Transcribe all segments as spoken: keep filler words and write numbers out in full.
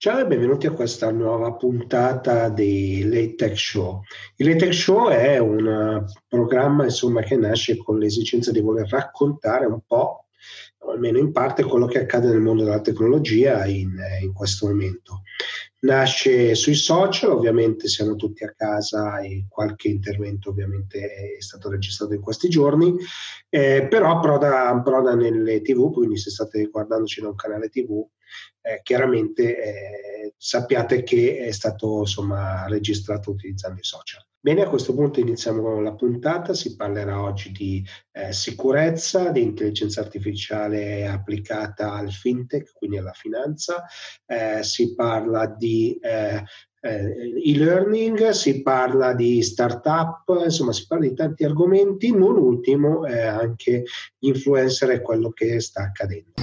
Ciao e benvenuti a questa nuova puntata di Late Tech Show. Il Late Tech Show è un uh, programma insomma, che nasce con l'esigenza di voler raccontare un po', o almeno in parte, quello che accade nel mondo della tecnologia in, in questo momento. Nasce sui social, ovviamente siamo tutti a casa e qualche intervento ovviamente è stato registrato in questi giorni, eh, però proda, proda nelle tivù, quindi se state guardandoci da un canale tivù, eh, chiaramente eh, sappiate che è stato insomma registrato utilizzando i social. Bene, a questo punto iniziamo con la puntata. Si parlerà oggi di eh, sicurezza, di intelligenza artificiale applicata al fintech, quindi alla finanza. Eh, si parla di eh, eh, e-learning, si parla di startup, insomma si parla di tanti argomenti, non ultimo eh, anche gli influencer e quello che sta accadendo.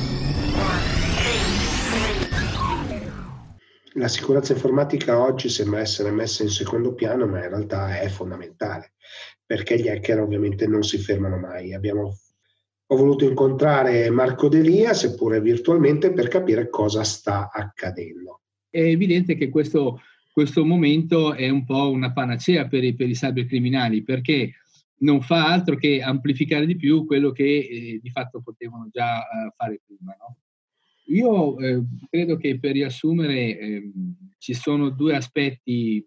La sicurezza informatica oggi sembra essere messa in secondo piano, ma in realtà è fondamentale, perché gli hacker ovviamente non si fermano mai. Abbiamo, ho voluto incontrare Marco Delia, seppure virtualmente, per capire cosa sta accadendo. È evidente che questo, questo momento è un po' una panacea per i, per i cybercriminali, perché non fa altro che amplificare di più quello che eh, di fatto potevano già eh, fare prima, no? Io eh, credo che per riassumere eh, ci sono due aspetti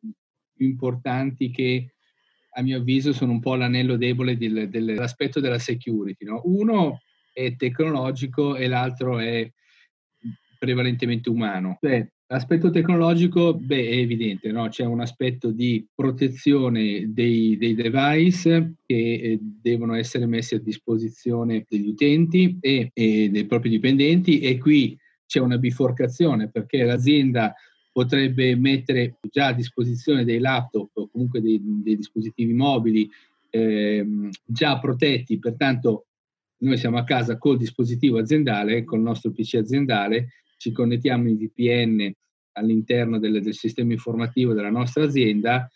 importanti che a mio avviso sono un po' l'anello debole del, dell'aspetto della security, no? Uno è tecnologico e l'altro è prevalentemente umano. Cioè, l'aspetto tecnologico, beh, è evidente, no? C'è un aspetto di protezione dei, dei device che eh, devono essere messi a disposizione degli utenti e, e dei propri dipendenti, e qui c'è una biforcazione, perché l'azienda potrebbe mettere già a disposizione dei laptop o comunque dei, dei dispositivi mobili ehm, già protetti, pertanto noi siamo a casa col dispositivo aziendale, col nostro P C aziendale, ci connettiamo in V P N all'interno del, del sistema informativo della nostra azienda,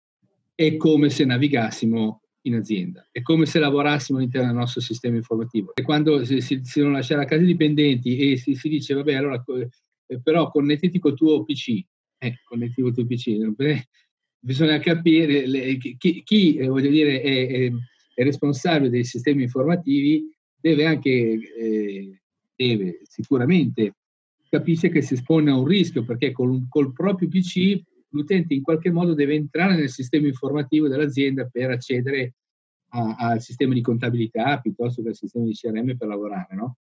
è come se navigassimo in azienda, è come se lavorassimo all'interno del nostro sistema informativo. E quando si, si, si devono lasciare a casa i dipendenti e si, si dice, vabbè, allora, eh, però connettiti col tuo P C, eh, connettiti col tuo P C, eh, bisogna capire le, chi, chi eh, voglio dire, è, è, è responsabile dei sistemi informativi, deve anche, eh, deve sicuramente capisce che si espone a un rischio, perché col, col proprio P C l'utente in qualche modo deve entrare nel sistema informativo dell'azienda per accedere a, al sistema di contabilità piuttosto che al sistema di C R M per lavorare, no?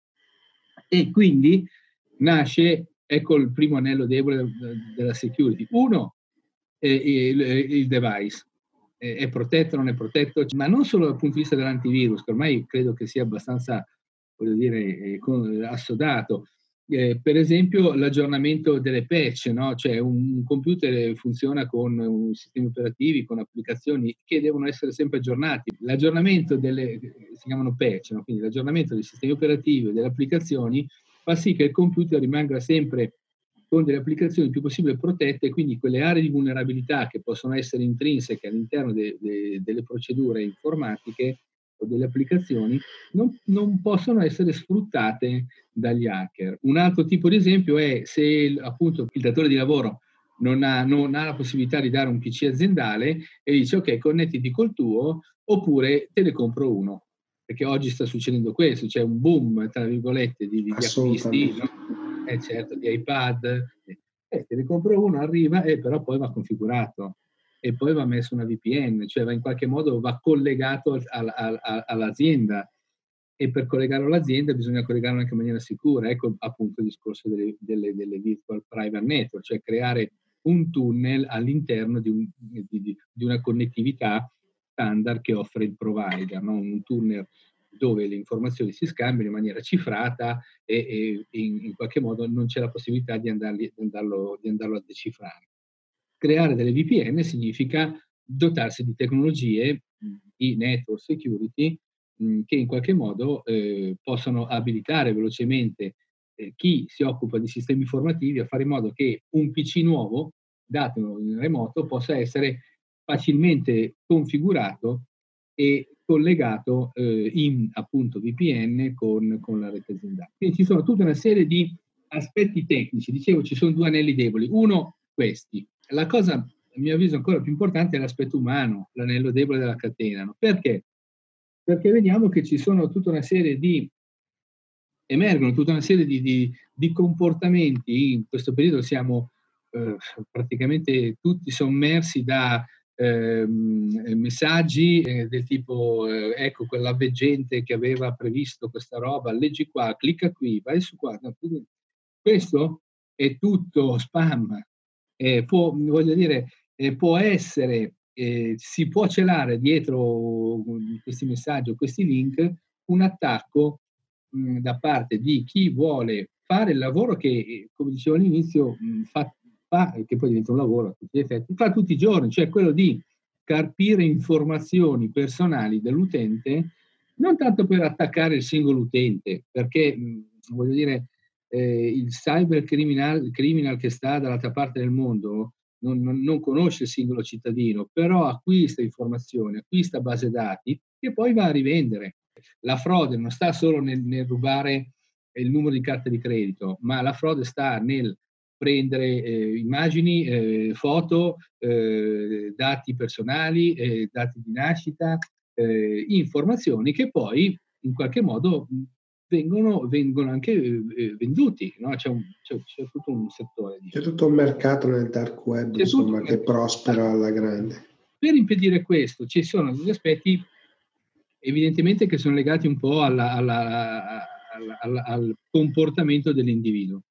E quindi nasce, ecco il primo anello debole della security. Uno, eh, il, il device. È protetto o non è protetto? Ma non solo dal punto di vista dell'antivirus, che ormai credo che sia abbastanza, voglio dire, assodato. Eh, per esempio l'aggiornamento delle patch, no? Cioè un computer funziona con un sistemi operativi, con applicazioni che devono essere sempre aggiornati. L'aggiornamento delle, si chiamano patch, no? Quindi l'aggiornamento dei sistemi operativi e delle applicazioni fa sì che il computer rimanga sempre con delle applicazioni il più possibile protette, e quindi quelle aree di vulnerabilità che possono essere intrinseche all'interno de, de, delle procedure informatiche o delle applicazioni non, non possono essere sfruttate dagli hacker. Un altro tipo di esempio è se appunto il datore di lavoro non ha, non ha la possibilità di dare un P C aziendale e dice ok, connettiti col tuo oppure te ne compro uno, perché oggi sta succedendo questo, c'è un boom tra virgolette di, di acquisti, no? Eh certo, di iPad, eh, te ne compro uno, arriva e eh, però poi va configurato e poi va messo una V P N, cioè va in qualche modo va collegato al, al, al, all'azienda, e per collegarlo all'azienda bisogna collegarlo anche in maniera sicura. Ecco appunto il discorso delle, delle, delle virtual private network, cioè creare un tunnel all'interno di, un, di, di, di una connettività standard che offre il provider, no? Un tunnel dove le informazioni si scambiano in maniera cifrata e, e in, in qualche modo non c'è la possibilità di, andarli, di, andarlo, di andarlo a decifrare. Creare delle V P N significa dotarsi di tecnologie di network security mh, che in qualche modo eh, possono abilitare velocemente eh, chi si occupa di sistemi informativi a fare in modo che un P C nuovo dato in remoto possa essere facilmente configurato e collegato eh, in appunto V P N con, con la rete aziendale. Quindi ci sono tutta una serie di aspetti tecnici, dicevo, ci sono due anelli deboli. Uno, questi. La cosa, a mio avviso, ancora più importante è l'aspetto umano, l'anello debole della catena. No? Perché? Perché vediamo che ci sono tutta una serie di, emergono tutta una serie di, di, di comportamenti. In questo periodo siamo eh, praticamente tutti sommersi da eh, messaggi eh, del tipo eh, ecco quella veggente che aveva previsto questa roba, leggi qua, clicca qui, vai su qua. No, questo è tutto spam. Eh, può, voglio dire, eh, può essere, eh, si può celare dietro questi messaggi o questi link un attacco mh, da parte di chi vuole fare il lavoro che, come dicevo all'inizio, mh, fa, fa, che poi diventa un lavoro a tutti gli effetti, fa tutti i giorni, cioè quello di carpire informazioni personali dell'utente, non tanto per attaccare il singolo utente, perché mh, voglio dire, eh, il cyber criminal, criminal che sta dall'altra parte del mondo non, non, non conosce il singolo cittadino, però acquista informazioni, acquista base dati che poi va a rivendere. La frode non sta solo nel, nel rubare il numero di carte di credito, ma la frode sta nel prendere eh, immagini, eh, foto, eh, dati personali, eh, dati di nascita, eh, informazioni che poi in qualche modo vengono, vengono anche eh, venduti, no? C'è, un, c'è, c'è tutto un settore. Di... C'è tutto un mercato nel dark web, c'è insomma, che prospera alla grande. Per impedire questo ci sono degli aspetti evidentemente che sono legati un po' alla, alla, alla, alla, al comportamento dell'individuo.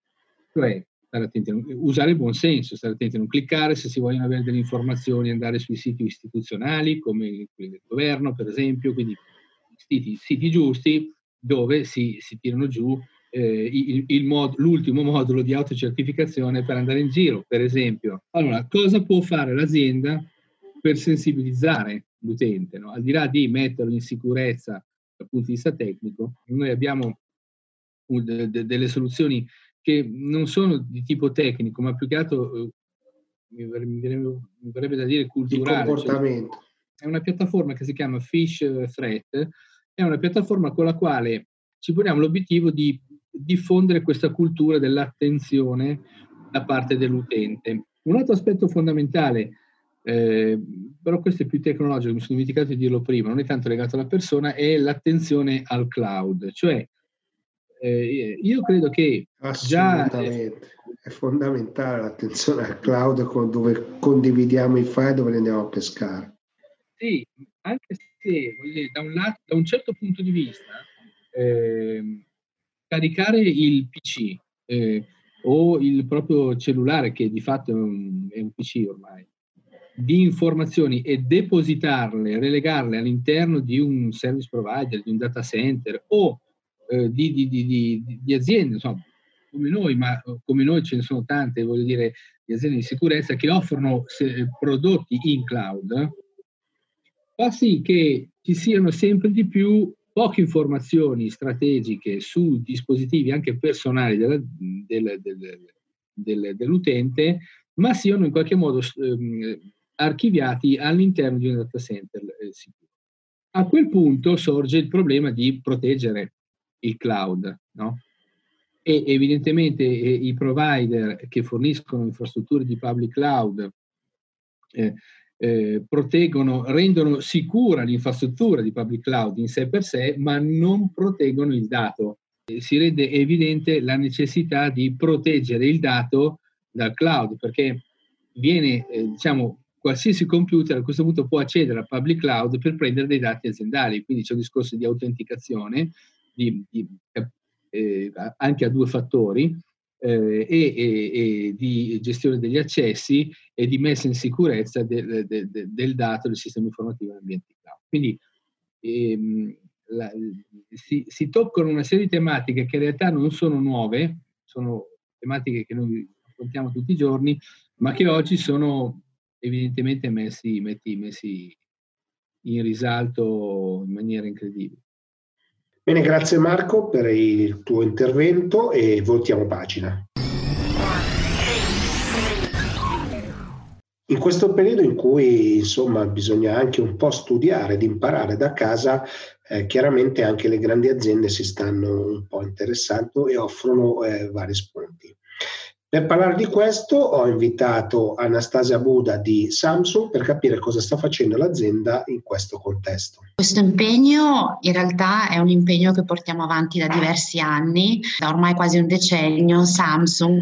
Cioè, stare attenti, usare il buon senso, stare attenti a non cliccare se si vogliono avere delle informazioni, andare sui siti istituzionali come quelli del governo, per esempio, quindi siti, siti giusti dove si, si tirano giù eh, il, il mod, l'ultimo modulo di autocertificazione per andare in giro, per esempio. Allora, cosa può fare l'azienda per sensibilizzare l'utente? No? Al di là di metterlo in sicurezza dal punto di vista tecnico, noi abbiamo un, de, de, delle soluzioni che non sono di tipo tecnico, ma più che altro eh, mi, verrebbe, mi verrebbe da dire culturale. Di comportamento. Cioè, è una piattaforma che si chiama Fish Threat, è una piattaforma con la quale ci poniamo l'obiettivo di diffondere questa cultura dell'attenzione da parte dell'utente. Un altro aspetto fondamentale, eh, però questo è più tecnologico, mi sono dimenticato di dirlo prima, non è tanto legato alla persona, è l'attenzione al cloud. Cioè, eh, io credo che assolutamente già, è fondamentale l'attenzione al cloud dove condividiamo i file, dove li andiamo a pescare. Sì, anche se da un, lato, da un certo punto di vista eh, caricare il P C eh, o il proprio cellulare, che di fatto è un, è un P C ormai, di informazioni e depositarle, relegarle all'interno di un service provider, di un data center o eh, di, di, di, di, di aziende, insomma, come noi, ma come noi ce ne sono tante, voglio dire, di aziende di sicurezza che offrono se, prodotti in cloud, fa sì che ci siano sempre di più poche informazioni strategiche su dispositivi anche personali della, del, del, del, dell'utente, ma siano in qualche modo ehm, archiviati all'interno di un data center eh, sicuro. A quel punto sorge il problema di proteggere il cloud, no? E evidentemente eh, i provider che forniscono infrastrutture di public cloud eh, Eh, proteggono, rendono sicura l'infrastruttura di public cloud in sé per sé, ma non proteggono il dato. Eh, si rende evidente la necessità di proteggere il dato dal cloud, perché viene, eh, diciamo, qualsiasi computer a questo punto può accedere al public cloud per prendere dei dati aziendali, quindi c'è un discorso di autenticazione, di, di, eh, anche a due fattori, Eh, e, e, e di gestione degli accessi e di messa in sicurezza del, del, del dato del sistema informativo in ambiente cloud. Quindi ehm, la, si, si toccano una serie di tematiche che in realtà non sono nuove, sono tematiche che noi affrontiamo tutti i giorni, ma che oggi sono evidentemente messi, messi, messi in risalto in maniera incredibile. Bene, grazie Marco per il tuo intervento e voltiamo pagina. In questo periodo in cui insomma bisogna anche un po' studiare ed imparare da casa, Eh, chiaramente anche le grandi aziende si stanno un po' interessando e offrono eh, vari spunti. Per parlare di questo ho invitato Anastasia Buda di Samsung per capire cosa sta facendo l'azienda in questo contesto. Questo impegno in realtà è un impegno che portiamo avanti da diversi anni, da ormai quasi un decennio. Samsung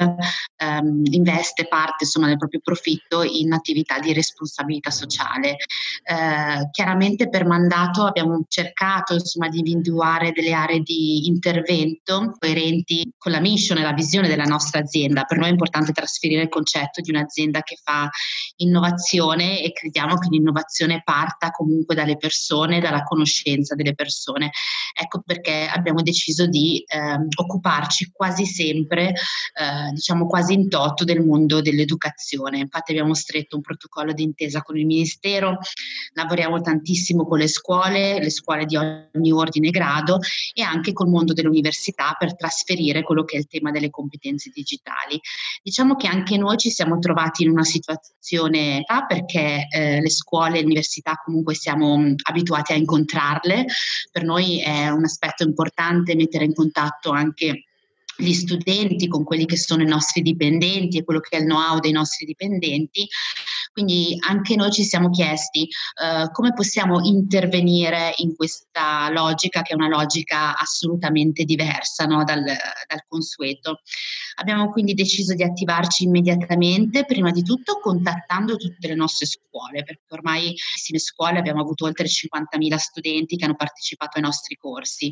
ehm, investe parte insomma, del proprio profitto in attività di responsabilità sociale. Eh, chiaramente per mandato abbiamo cercato insomma, di individuare delle aree di intervento coerenti con la mission e la visione della nostra azienda. Per noi è importante trasferire il concetto di un'azienda che fa innovazione e crediamo che l'innovazione parta comunque dalle persone, dalla conoscenza delle persone. Ecco perché abbiamo deciso di eh, occuparci quasi sempre, eh, diciamo quasi in toto, del mondo dell'educazione. Infatti abbiamo stretto un protocollo d'intesa con il Ministero, lavoriamo tantissimo con le scuole, le scuole di ogni ordine e grado e anche col mondo dell'università per trasferire quello che è il tema delle competenze digitali. Diciamo che anche noi ci siamo trovati in una situazione ah, perché eh, le scuole e l'università comunque siamo mh, abituati a incontrarle. Per noi è un aspetto importante mettere in contatto anche gli studenti con quelli che sono i nostri dipendenti e quello che è il know-how dei nostri dipendenti. Quindi anche noi ci siamo chiesti uh, come possiamo intervenire in questa logica, che è una logica assolutamente diversa, no, dal, dal consueto. Abbiamo quindi deciso di attivarci immediatamente, prima di tutto contattando tutte le nostre scuole, perché ormai in tantissime scuole abbiamo avuto oltre cinquantamila studenti che hanno partecipato ai nostri corsi.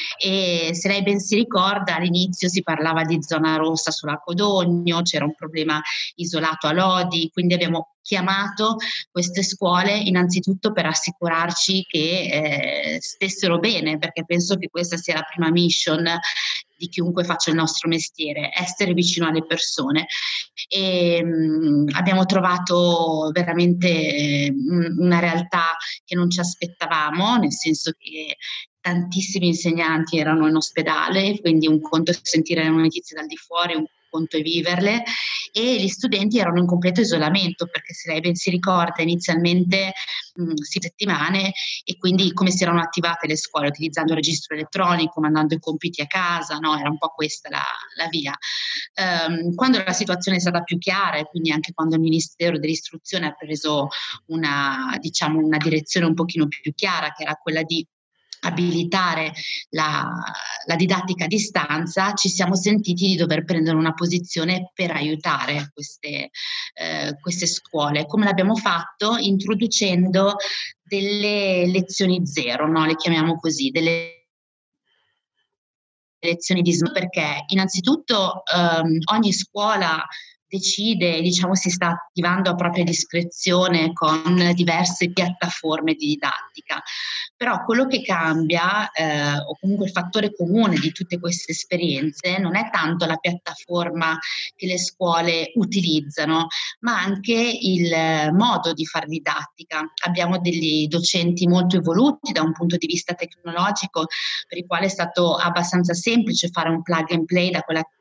E se lei ben si ricorda, all'inizio si parlava di zona rossa sull'Arco d'Ogno, c'era un problema isolato a Lodi, quindi abbiamo chiamato queste scuole innanzitutto per assicurarci che eh, stessero bene, perché penso che questa sia la prima mission di chiunque faccia il nostro mestiere, essere vicino alle persone. E mh, abbiamo trovato veramente mh, una realtà che non ci aspettavamo, nel senso che tantissimi insegnanti erano in ospedale, quindi un conto è sentire le notizie dal di fuori, un conto è viverle, e gli studenti erano in completo isolamento, perché se lei ben si ricorda inizialmente mh, sì, settimane, e quindi come si erano attivate le scuole, utilizzando il registro elettronico, mandando i compiti a casa, no? Era un po' questa la, la via. Um, quando la situazione è stata più chiara, e quindi anche quando il Ministero dell'Istruzione ha preso una, diciamo, una direzione un pochino più chiara, che era quella di abilitare la, la didattica a distanza, ci siamo sentiti di dover prendere una posizione per aiutare queste, eh, queste scuole. Come l'abbiamo fatto? Introducendo delle lezioni zero, no? Le chiamiamo così, delle lezioni di Zoom, perché innanzitutto ehm, ogni scuola decide, diciamo, si sta attivando a propria discrezione con diverse piattaforme di didattica. Però quello che cambia, eh, o comunque il fattore comune di tutte queste esperienze, non è tanto la piattaforma che le scuole utilizzano, ma anche il modo di fare didattica. Abbiamo degli docenti molto evoluti da un punto di vista tecnologico, per i quali è stato abbastanza semplice fare un plug and play da quella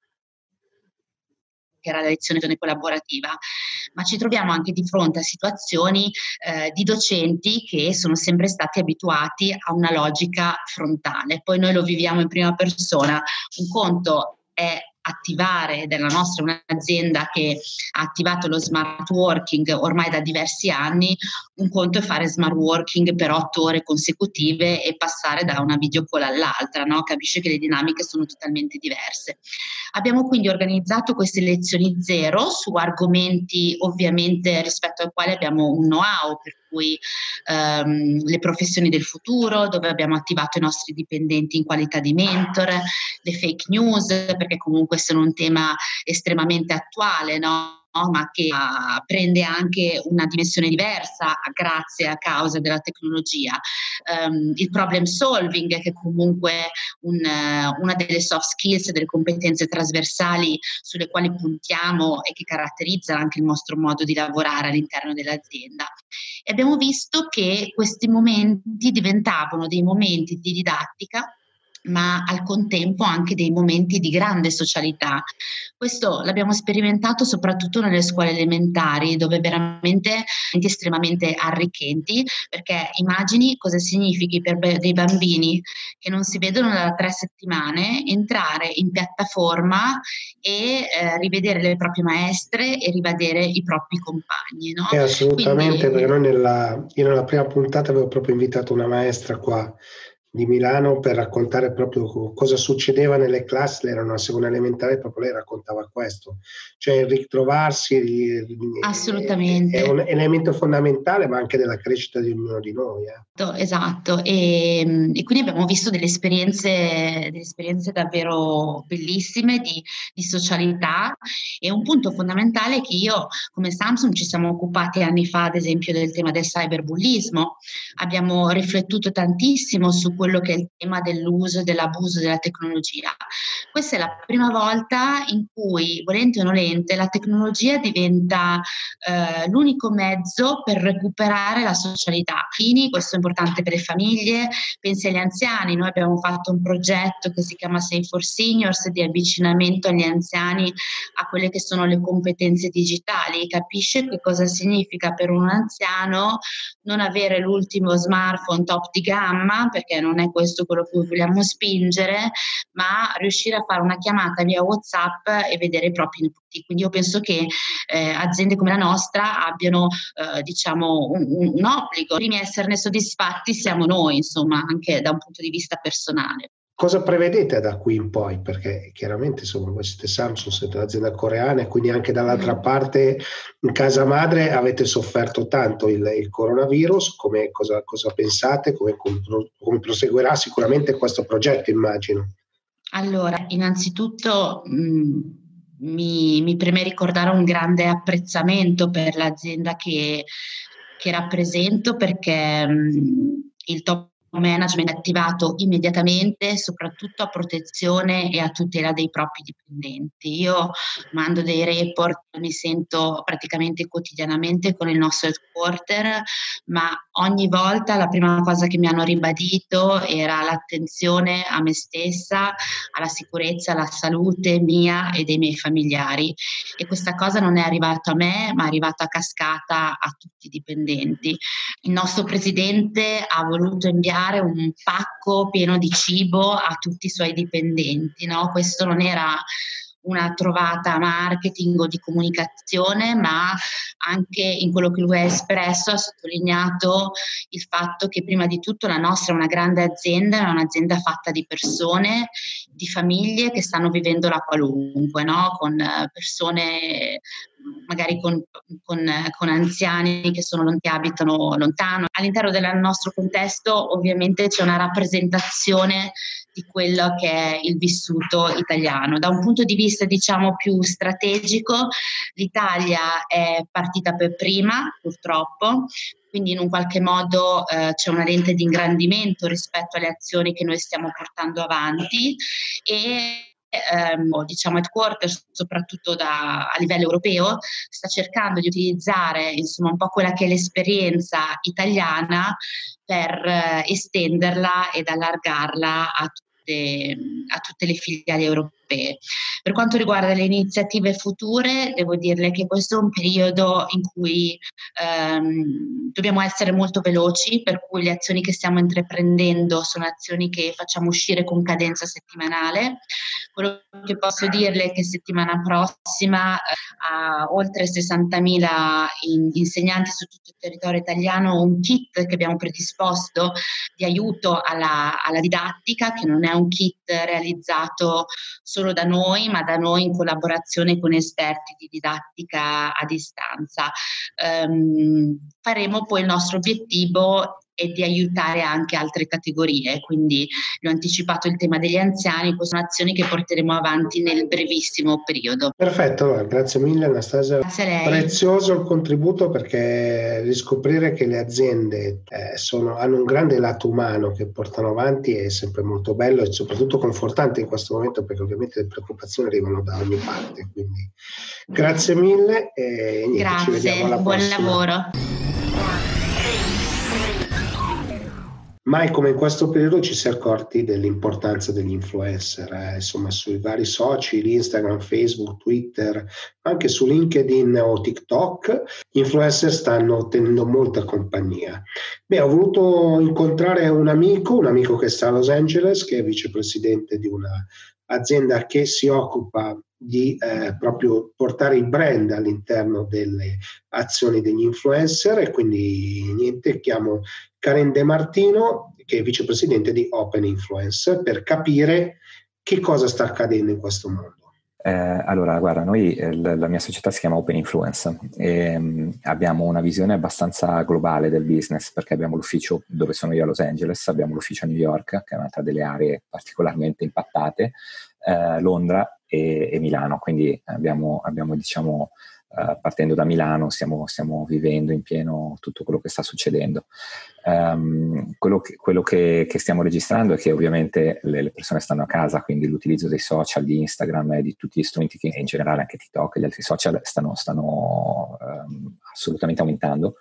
che era la lezione collaborativa, ma ci troviamo anche di fronte a situazioni eh, di docenti che sono sempre stati abituati a una logica frontale. Poi noi lo viviamo in prima persona. Un conto è attivare della nostra un'azienda che ha attivato lo smart working ormai da diversi anni, un conto è fare smart working per otto ore consecutive e passare da una video call all'altra, no? Capisce che le dinamiche sono totalmente diverse. Abbiamo quindi organizzato queste lezioni zero su argomenti ovviamente rispetto ai quali abbiamo un know-how, per cui ehm, le professioni del futuro, dove abbiamo attivato i nostri dipendenti in qualità di mentor, le fake news, perché comunque sono un tema estremamente attuale, no? Ma che uh, prende anche una dimensione diversa grazie a causa della tecnologia. Um, il problem solving, che è comunque un, uh, una delle soft skills, delle competenze trasversali sulle quali puntiamo e che caratterizza anche il nostro modo di lavorare all'interno dell'azienda. E abbiamo visto che questi momenti diventavano dei momenti di didattica ma al contempo anche dei momenti di grande socialità. Questo l'abbiamo sperimentato soprattutto nelle scuole elementari, dove veramente estremamente arricchenti, perché immagini cosa significhi per dei bambini che non si vedono da tre settimane entrare in piattaforma e eh, rivedere le proprie maestre e rivedere i propri compagni, no? Eh, assolutamente, Quindi, perché noi nella, io nella prima puntata avevo proprio invitato una maestra qua di Milano per raccontare proprio cosa succedeva nelle classi. Lei era una seconda elementare, proprio lei raccontava questo, cioè il ritrovarsi assolutamente. è un elemento fondamentale, ma anche della crescita di ognuno di noi. Eh. Esatto, e, e quindi abbiamo visto delle esperienze, delle esperienze davvero bellissime di, di socialità, e un punto fondamentale è che io come Samsung ci siamo occupati anni fa ad esempio del tema del cyberbullismo, abbiamo riflettuto tantissimo su quello che è il tema dell'uso e dell'abuso della tecnologia. Questa è la prima volta in cui, volente o nolente, la tecnologia diventa eh, l'unico mezzo per recuperare la socialità. Quindi questo è importante per le famiglie, pensi agli anziani. Noi abbiamo fatto un progetto che si chiama Safe for Seniors, di avvicinamento agli anziani a quelle che sono le competenze digitali. Capisce che cosa significa per un anziano non avere l'ultimo smartphone top di gamma, perché non è questo quello che vogliamo spingere, ma riuscire a fare una chiamata via WhatsApp e vedere i propri nipoti. Quindi io penso che eh, aziende come la nostra abbiano eh, diciamo un, un, un obbligo. I primi a esserne soddisfatti siamo noi, insomma, anche da un punto di vista personale. Cosa prevedete da qui in poi? Perché chiaramente insomma, voi siete Samsung, siete un'azienda coreana, e quindi anche dall'altra mm. parte in casa madre avete sofferto tanto il, il coronavirus. Come, cosa, cosa pensate? Come, come, come proseguirà sicuramente questo progetto, immagino? Allora, innanzitutto mh, mi, mi preme ricordare un grande apprezzamento per l'azienda che, che rappresento, perché mh, il top management è attivato immediatamente, soprattutto a protezione e a tutela dei propri dipendenti. Io mando dei report, mi sento praticamente quotidianamente con il nostro headquarter, ma ogni volta la prima cosa che mi hanno ribadito era l'attenzione a me stessa, alla sicurezza, alla salute mia e dei miei familiari, e questa cosa non è arrivata a me, ma è arrivata a cascata a tutti i dipendenti. Il nostro presidente ha voluto inviare un pacco pieno di cibo a tutti i suoi dipendenti, no? Questo non era una trovata marketing o di comunicazione, ma anche in quello che lui ha espresso ha sottolineato il fatto che prima di tutto la nostra è una grande azienda, è un'azienda fatta di persone, di famiglie che stanno vivendo la qualunque, no? Con persone magari con, con, con anziani che, sono, che abitano lontano. All'interno del nostro contesto ovviamente c'è una rappresentazione di quello che è il vissuto italiano. Da un punto di vista diciamo più strategico, l'Italia è partita per prima, purtroppo, quindi in un qualche modo eh, c'è una lente di ingrandimento rispetto alle azioni che noi stiamo portando avanti, e Ehm, diciamo headquarters soprattutto da, a livello europeo sta cercando di utilizzare insomma un po' quella che è l'esperienza italiana per eh, estenderla ed allargarla a tutte, a tutte le filiali europee. Per quanto riguarda le iniziative future, devo dirle che questo è un periodo in cui ehm, dobbiamo essere molto veloci, per cui le azioni che stiamo intraprendendo sono azioni che facciamo uscire con cadenza settimanale. Quello che posso dirle è che settimana prossima eh, a oltre sessantamila in, insegnanti su tutto il territorio italiano un kit che abbiamo predisposto di aiuto alla, alla didattica, che non è un kit realizzato solo da noi, ma da noi in collaborazione con esperti di didattica a distanza. Um, faremo poi il nostro obiettivo e di aiutare anche altre categorie, quindi vi ho anticipato il tema degli anziani, queste sono azioni che porteremo avanti nel brevissimo periodo. Perfetto, allora, grazie mille Anastasia, grazie a lei. Prezioso il contributo, perché riscoprire che le aziende eh, sono, hanno un grande lato umano che portano avanti è sempre molto bello e soprattutto confortante in questo momento, perché ovviamente le preoccupazioni arrivano da ogni parte, quindi grazie mille e niente, grazie, ci vediamo alla buon prossima. lavoro. Mai come in questo periodo ci si è accorti dell'importanza degli influencer, eh, insomma sui vari social, Instagram, Facebook, Twitter, anche su LinkedIn o TikTok, gli influencer stanno tenendo molta compagnia. Beh, ho voluto incontrare un amico, un amico che sta a Los Angeles, che è vicepresidente di un'azienda che si occupa di eh, proprio portare il brand all'interno delle azioni degli influencer, e quindi niente, chiamo Karen De Martino, che è vicepresidente di Open Influence, per capire che cosa sta accadendo in questo mondo. Eh, allora, guarda, noi, eh, la mia società si chiama Open Influence e mh, abbiamo una visione abbastanza globale del business, perché abbiamo l'ufficio dove sono io a Los Angeles, abbiamo l'ufficio a New York, che è un'altra delle aree particolarmente impattate, eh, Londra e, e Milano, quindi abbiamo, abbiamo diciamo, Uh, partendo da Milano stiamo, stiamo vivendo in pieno tutto quello che sta succedendo. Um, quello che, quello che, che stiamo registrando è che ovviamente le, le persone stanno a casa, quindi l'utilizzo dei social, di Instagram e di tutti gli strumenti che in generale anche TikTok e gli altri social stanno, stanno um, assolutamente aumentando,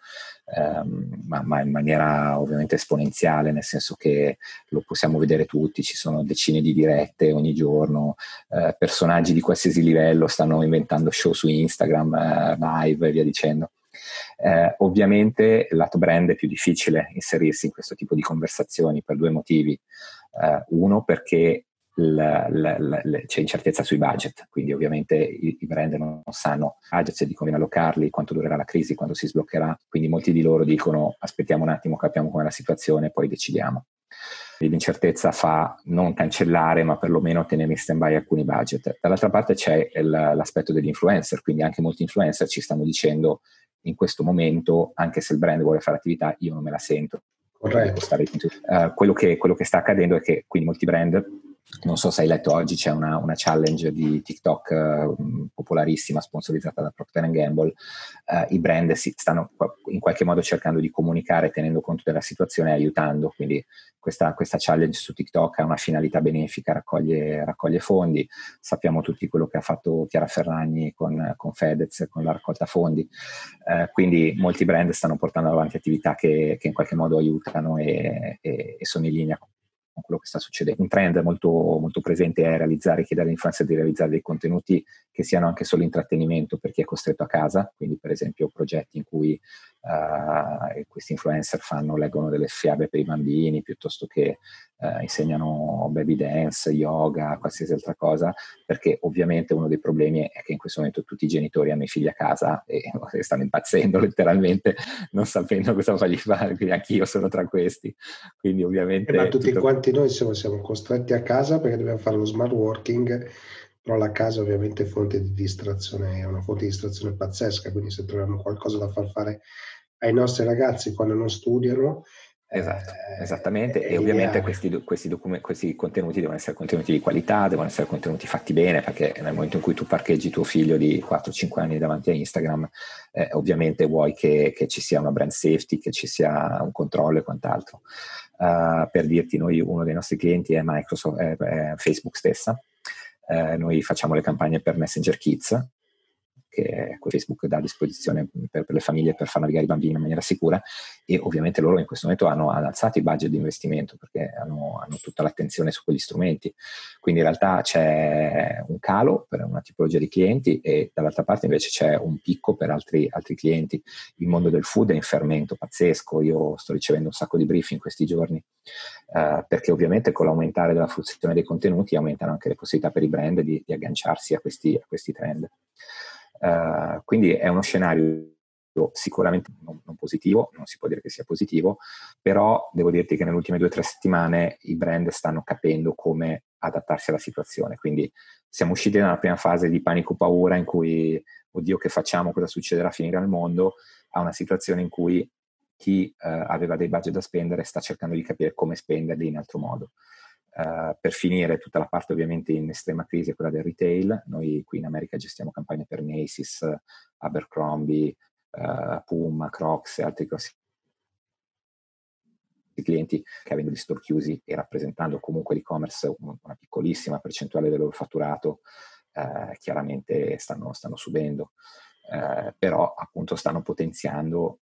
um, ma, ma in maniera ovviamente esponenziale, nel senso che lo possiamo vedere tutti, ci sono decine di dirette ogni giorno, uh, personaggi di qualsiasi livello stanno inventando show su Instagram, live e via dicendo. Eh, ovviamente lato brand è più difficile inserirsi in questo tipo di conversazioni per due motivi. Eh, uno, perché l, l, l, c'è incertezza sui budget, quindi ovviamente i, i brand non sanno budget, se di come allocarli, quanto durerà la crisi, quando si sbloccherà, quindi molti di loro dicono aspettiamo un attimo, capiamo com'è la situazione, poi decidiamo. L'incertezza fa non cancellare, ma perlomeno tenere in stand-by alcuni budget. Dall'altra parte c'è il, l'aspetto degli influencer, quindi anche molti influencer ci stanno dicendo in questo momento, anche se il brand vuole fare attività, io non me la sento. Corretto. Uh, quello, che, quello che sta accadendo è che quindi molti brand, non so se hai letto oggi, c'è una, una challenge di TikTok uh, popolarissima, sponsorizzata da Procter and Gamble. Uh, i brand si stanno in qualche modo cercando di comunicare tenendo conto della situazione e aiutando, quindi questa, questa challenge su TikTok ha una finalità benefica, raccoglie, raccoglie fondi. Sappiamo tutti quello che ha fatto Chiara Ferragni con, con Fedez, con la raccolta fondi, uh, quindi molti brand stanno portando avanti attività che, che in qualche modo aiutano e, e, e sono in linea con quello che sta succedendo. Un trend molto, molto presente è realizzare, chiedere agli influencer di realizzare dei contenuti che siano anche solo intrattenimento per chi è costretto a casa, quindi per esempio progetti in cui uh, questi influencer fanno, leggono delle fiabe per i bambini, piuttosto che uh, insegnano baby dance, yoga, qualsiasi altra cosa, perché ovviamente uno dei problemi è che in questo momento tutti i genitori hanno i figli a casa e stanno impazzendo letteralmente, non sapendo cosa fargli fare, quindi anch'io sono tra questi, quindi ovviamente... Eh, ma tutti tutto... quanti noi siamo, siamo costretti a casa perché dobbiamo fare lo smart working, però la casa ovviamente è fonte di distrazione, è una fonte di distrazione pazzesca, quindi se troviamo qualcosa da far fare ai nostri ragazzi quando non studiano, esatto, eh, esattamente, è e ovviamente ideale. questi, questi, document- questi contenuti devono essere contenuti di qualità, devono essere contenuti fatti bene, perché nel momento in cui tu parcheggi tuo figlio di quattro cinque anni davanti a Instagram, eh, ovviamente vuoi che, che ci sia una brand safety, che ci sia un controllo e quant'altro. Uh, per dirti, noi uno dei nostri clienti è Microsoft, è, è Facebook stessa. Uh, noi facciamo le campagne per Messenger Kids, che Facebook dà a disposizione per, per le famiglie per far navigare i bambini in maniera sicura, e ovviamente loro in questo momento hanno, hanno alzato i budget di investimento perché hanno, hanno tutta l'attenzione su quegli strumenti, quindi in realtà c'è un calo per una tipologia di clienti e dall'altra parte invece c'è un picco per altri, altri clienti. Il mondo del food è in fermento pazzesco, io sto ricevendo un sacco di brief in questi giorni, Uh, perché ovviamente con l'aumentare della fruizione dei contenuti aumentano anche le possibilità per i brand di, di agganciarsi a questi, a questi trend. Uh, quindi è uno scenario sicuramente non, non positivo, non si può dire che sia positivo, però devo dirti che nelle ultime due o tre settimane i brand stanno capendo come adattarsi alla situazione, quindi siamo usciti dalla prima fase di panico paura in cui oddio che facciamo, cosa succederà, finirà il mondo, a una situazione in cui chi uh, aveva dei budget da spendere sta cercando di capire come spenderli in altro modo. Uh, per finire, tutta la parte ovviamente in estrema crisi è quella del retail. Noi qui in America gestiamo campagne per Macy's, Abercrombie, uh, Puma, Crocs e altri grossi clienti che, avendo gli store chiusi e rappresentando comunque l'e-commerce una piccolissima percentuale del loro fatturato, uh, chiaramente stanno, stanno subendo, uh, però appunto stanno potenziando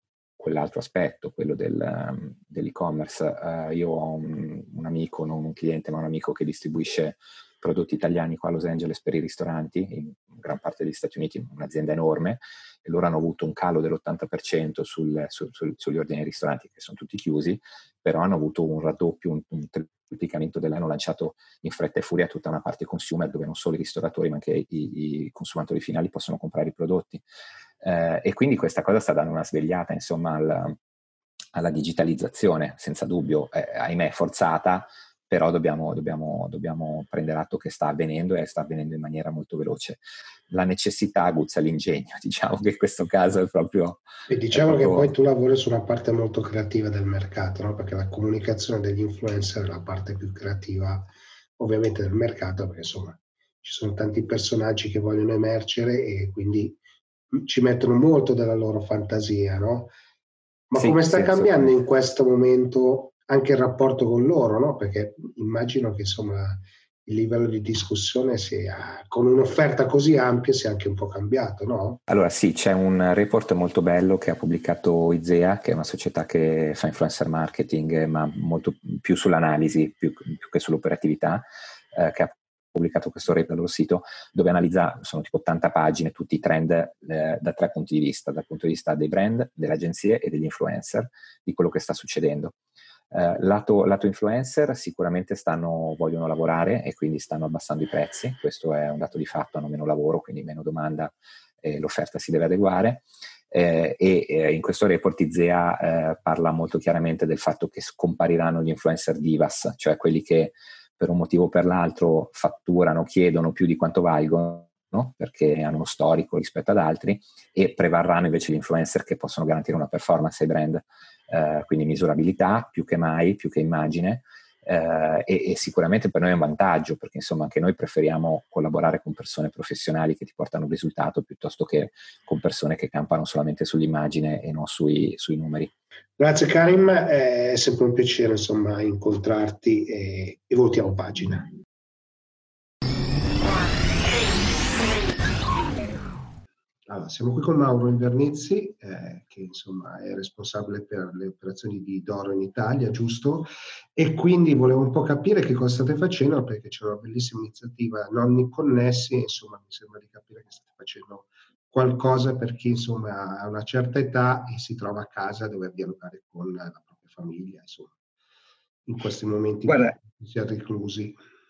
quell'altro aspetto, quello del, dell'e-commerce. Uh, io ho un, un amico, non un cliente, ma un amico che distribuisce prodotti italiani qua a Los Angeles per i ristoranti, in gran parte degli Stati Uniti, un'azienda enorme, e loro hanno avuto un calo dell'ottanta per cento sul, sul, sul, sugli ordini ai ristoranti, che sono tutti chiusi, però hanno avuto un raddoppio, un, un triplicamento dell'hanno lanciato in fretta e furia tutta una parte consumer, dove non solo i ristoratori ma anche i, i consumatori finali possono comprare i prodotti. Eh, e quindi questa cosa sta dando una svegliata, insomma, alla, alla digitalizzazione, senza dubbio, eh, ahimè forzata, però dobbiamo, dobbiamo, dobbiamo prendere atto che sta avvenendo e sta avvenendo in maniera molto veloce. La necessità aguzza l'ingegno, diciamo che in questo caso è proprio... E diciamo proprio... che poi tu lavori su una parte molto creativa del mercato, no? Perché la comunicazione degli influencer è la parte più creativa ovviamente del mercato, perché insomma ci sono tanti personaggi che vogliono emergere e quindi ci mettono molto della loro fantasia, no? Ma sì, come sta sì, cambiando in questo momento anche il rapporto con loro, no? Perché immagino che insomma il livello di discussione sia, con un'offerta così ampia, sia anche un po' cambiato, no? Allora sì, c'è un report molto bello che ha pubblicato IZEA, che è una società che fa influencer marketing, ma molto più sull'analisi, più, più che sull'operatività, eh, che ha pubblicato questo report dal loro sito, dove analizza, sono tipo ottanta pagine, tutti i trend eh, da tre punti di vista, dal punto di vista dei brand, delle agenzie e degli influencer, di quello che sta succedendo. Uh, lato, lato influencer sicuramente stanno, vogliono lavorare e quindi stanno abbassando i prezzi, questo è un dato di fatto, hanno meno lavoro, quindi meno domanda e l'offerta si deve adeguare, eh, e eh, in questo report IZEA eh, parla molto chiaramente del fatto che scompariranno gli influencer divas, cioè quelli che per un motivo o per l'altro fatturano, chiedono più di quanto valgono, no? Perché hanno uno storico rispetto ad altri, e prevarranno invece gli influencer che possono garantire una performance ai brand. Uh, quindi misurabilità più che mai, più che immagine, uh, e, e sicuramente per noi è un vantaggio, perché insomma anche noi preferiamo collaborare con persone professionali che ti portano un risultato piuttosto che con persone che campano solamente sull'immagine e non sui, sui numeri. Grazie Karim, è sempre un piacere insomma incontrarti e, e voltiamo pagina. Allora, siamo qui con Mauro Invernizzi, eh, che insomma è responsabile per le operazioni di Doro in Italia, giusto? E quindi volevo un po' capire che cosa state facendo, perché c'è una bellissima iniziativa Nonni Connessi, insomma mi sembra di capire che state facendo qualcosa per chi insomma ha una certa età e si trova a casa dove dialogare con la propria famiglia, insomma, in questi momenti Guarda, si è reclusi.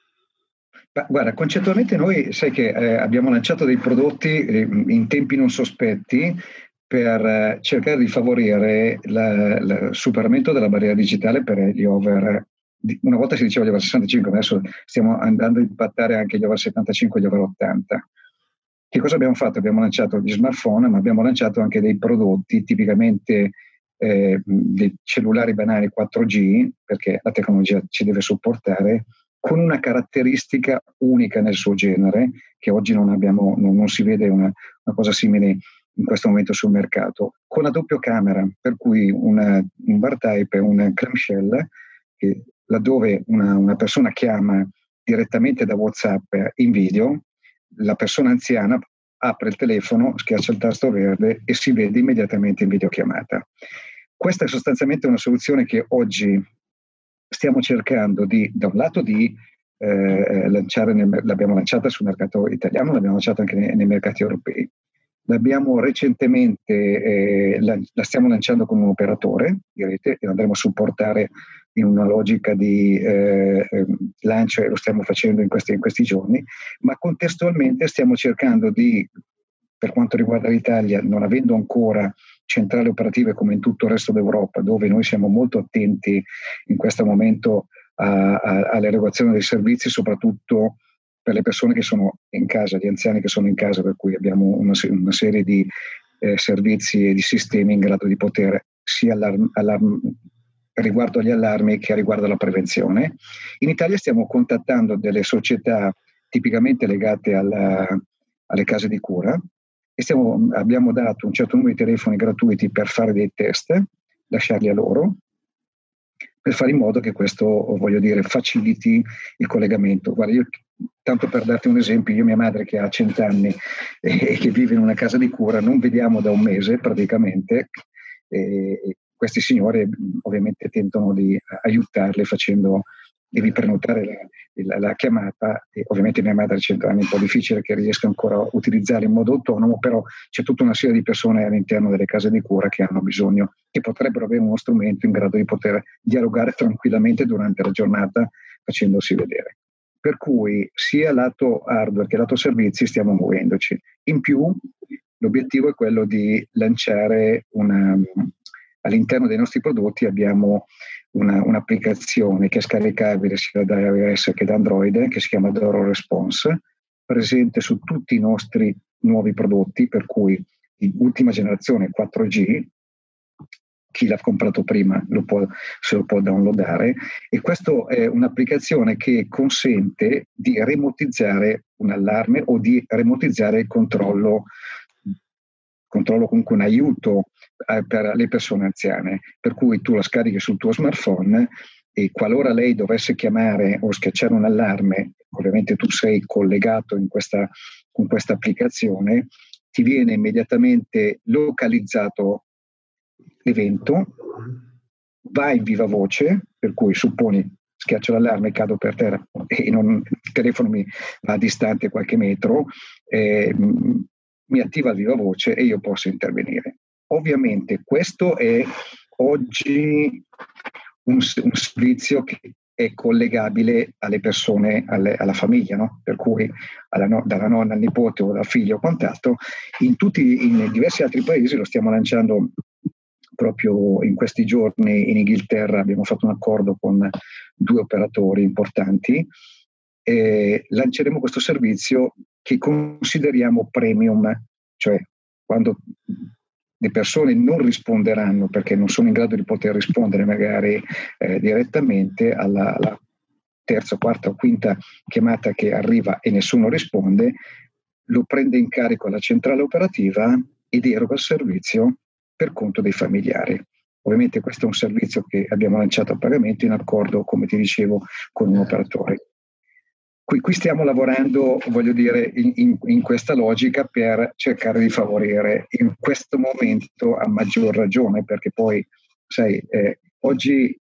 Guarda, concettualmente noi sai che eh, abbiamo lanciato dei prodotti eh, in tempi non sospetti per eh, cercare di favorire la, la, il superamento della barriera digitale per gli over, una volta si diceva gli over sessantacinque, adesso stiamo andando a impattare anche gli over settantacinque e gli over ottanta. Che cosa abbiamo fatto? Abbiamo lanciato gli smartphone, ma abbiamo lanciato anche dei prodotti tipicamente eh, dei cellulari banali quattro G, perché la tecnologia ci deve supportare, con una caratteristica unica nel suo genere, che oggi non abbiamo, non, non si vede una, una cosa simile in questo momento sul mercato, con la doppia camera, per cui una, un bar type e un clamshell, che laddove una, una persona chiama direttamente da WhatsApp in video, la persona anziana apre il telefono, schiaccia il tasto verde e si vede immediatamente in videochiamata. Questa è sostanzialmente una soluzione che oggi stiamo cercando di, da un lato, di eh, lanciare, nel, l'abbiamo lanciata sul mercato italiano, l'abbiamo lanciata anche nei, nei mercati europei. L'abbiamo recentemente, eh, la, la stiamo lanciando con un operatore di rete e andremo a supportare in una logica di eh, lancio, e lo stiamo facendo in questi, in questi giorni, ma contestualmente stiamo cercando di, per quanto riguarda l'Italia, non avendo ancora centrali operative come in tutto il resto d'Europa, dove noi siamo molto attenti in questo momento a, a, all'erogazione dei servizi, soprattutto per le persone che sono in casa, gli anziani che sono in casa, per cui abbiamo una, una serie di eh, servizi e di sistemi in grado di poter sia allarm, allarm, riguardo agli allarmi che riguardo alla prevenzione. In Italia stiamo contattando delle società tipicamente legate alla, alle case di cura, e stiamo, abbiamo dato un certo numero di telefoni gratuiti per fare dei test, lasciarli a loro, per fare in modo che questo, voglio dire, faciliti il collegamento. Guarda, io, tanto per darti un esempio, io e mia madre che ha cent'anni e che vive in una casa di cura, non vediamo da un mese praticamente, e, e questi signori ovviamente tentano di aiutarle facendo, devi prenotare la, la, la chiamata, e ovviamente mia madre ha cento anni, è un po' difficile che riesca ancora a utilizzare in modo autonomo, però c'è tutta una serie di persone all'interno delle case di cura che hanno bisogno, che potrebbero avere uno strumento in grado di poter dialogare tranquillamente durante la giornata facendosi vedere. Per cui sia lato hardware che lato servizi stiamo muovendoci. In più l'obiettivo è quello di lanciare una, all'interno dei nostri prodotti abbiamo una, un'applicazione che è scaricabile sia da iOS che da Android, che si chiama Doro Response, presente su tutti i nostri nuovi prodotti, per cui di ultima generazione quattro G, chi l'ha comprato prima lo può, se lo può downloadare, e questa è un'applicazione che consente di remotizzare un allarme o di remotizzare il controllo, controllo comunque un aiuto eh, per le persone anziane, per cui tu la scarichi sul tuo smartphone e qualora lei dovesse chiamare o schiacciare un allarme, ovviamente tu sei collegato in questa, con questa applicazione, ti viene immediatamente localizzato l'evento, va in viva voce, per cui supponi schiaccio l'allarme, cado per terra e non, il telefono mi va distante qualche metro, eh, mi attiva a viva voce e io posso intervenire. Ovviamente questo è oggi un, un servizio che è collegabile alle persone, alle, alla famiglia, no? Per cui alla no, dalla nonna al nipote o dal figlio o quant'altro. In tutti, in diversi altri paesi lo stiamo lanciando. Proprio in questi giorni in Inghilterra abbiamo fatto un accordo con due operatori importanti e lanceremo questo servizio che consideriamo premium, cioè quando le persone non risponderanno perché non sono in grado di poter rispondere magari eh, direttamente alla, alla terza, quarta o quinta chiamata che arriva e nessuno risponde, lo prende in carico la centrale operativa ed eroga il servizio per conto dei familiari. Ovviamente questo è un servizio che abbiamo lanciato a pagamento in accordo, come ti dicevo, con un operatore. Qui, qui stiamo lavorando, voglio dire, in, in, in questa logica per cercare di favorire in questo momento a maggior ragione, perché poi, sai, eh, oggi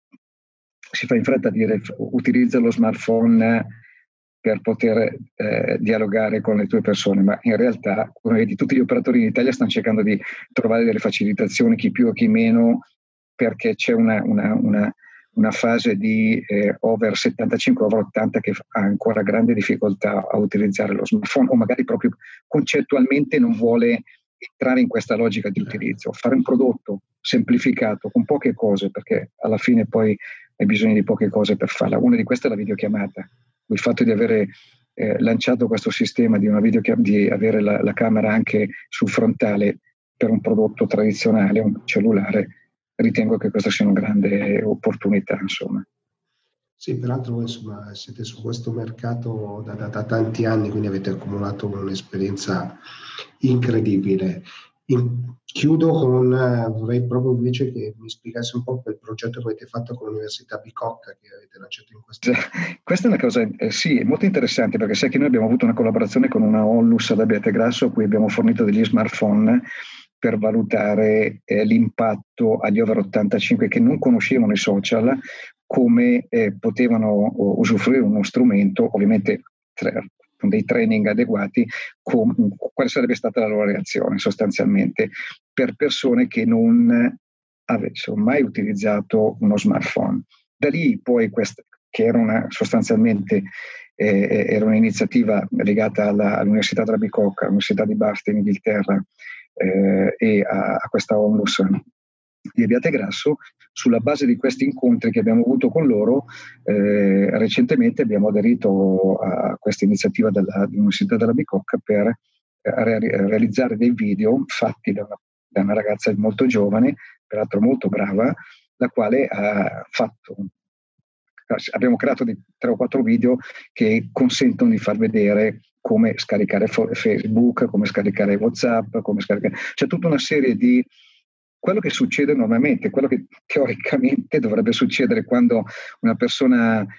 si fa in fretta a dire utilizza lo smartphone per poter eh, dialogare con le tue persone, ma in realtà, come vedi, tutti gli operatori in Italia stanno cercando di trovare delle facilitazioni, chi più o chi meno, perché c'è una, una, una, una fase di eh, over settantacinque, over ottanta che ha ancora grande difficoltà a utilizzare lo smartphone o magari proprio concettualmente non vuole entrare in questa logica di utilizzo. Fare un prodotto semplificato con poche cose, perché alla fine poi hai bisogno di poche cose per farla. Una di queste è la videochiamata. Il fatto di avere eh, lanciato questo sistema di una videochiamata, di avere la, la camera anche sul frontale per un prodotto tradizionale, un cellulare, ritengo che questa sia una grande opportunità, insomma. Sì, peraltro insomma, siete su questo mercato da, da, da tanti anni, quindi avete accumulato un'esperienza incredibile. In, chiudo con, eh, vorrei proprio invece che mi spiegassi un po' quel progetto che avete fatto con l'Università Bicocca, che avete lanciato in questo momento. Questa è una cosa, eh, sì, è molto interessante, perché sai che noi abbiamo avuto una collaborazione con una Onlus ad Abbiategrasso, a cui abbiamo fornito degli smartphone per valutare eh, l'impatto agli over ottantacinque che non conoscevano i social, come eh, potevano usufruire uno strumento, ovviamente tra, con dei training adeguati, com, quale sarebbe stata la loro reazione sostanzialmente per persone che non avessero mai utilizzato uno smartphone. Da lì poi, questa, che era una, sostanzialmente eh, era un'iniziativa legata alla, all'Università della Bicocca, all'Università di Bath in Inghilterra, eh, e a, a questa Onlus di Abbiategrasso, sulla base di questi incontri che abbiamo avuto con loro, eh, recentemente abbiamo aderito a questa iniziativa della, dell'Università della Bicocca per eh, re- realizzare dei video fatti da una, da una ragazza molto giovane, peraltro molto brava, la quale ha fatto, abbiamo creato dei tre o quattro video che consentono di far vedere come scaricare Facebook, come scaricare WhatsApp, come scaricare, c'è tutta una serie di quello che succede normalmente, quello che teoricamente dovrebbe succedere quando una persona uh,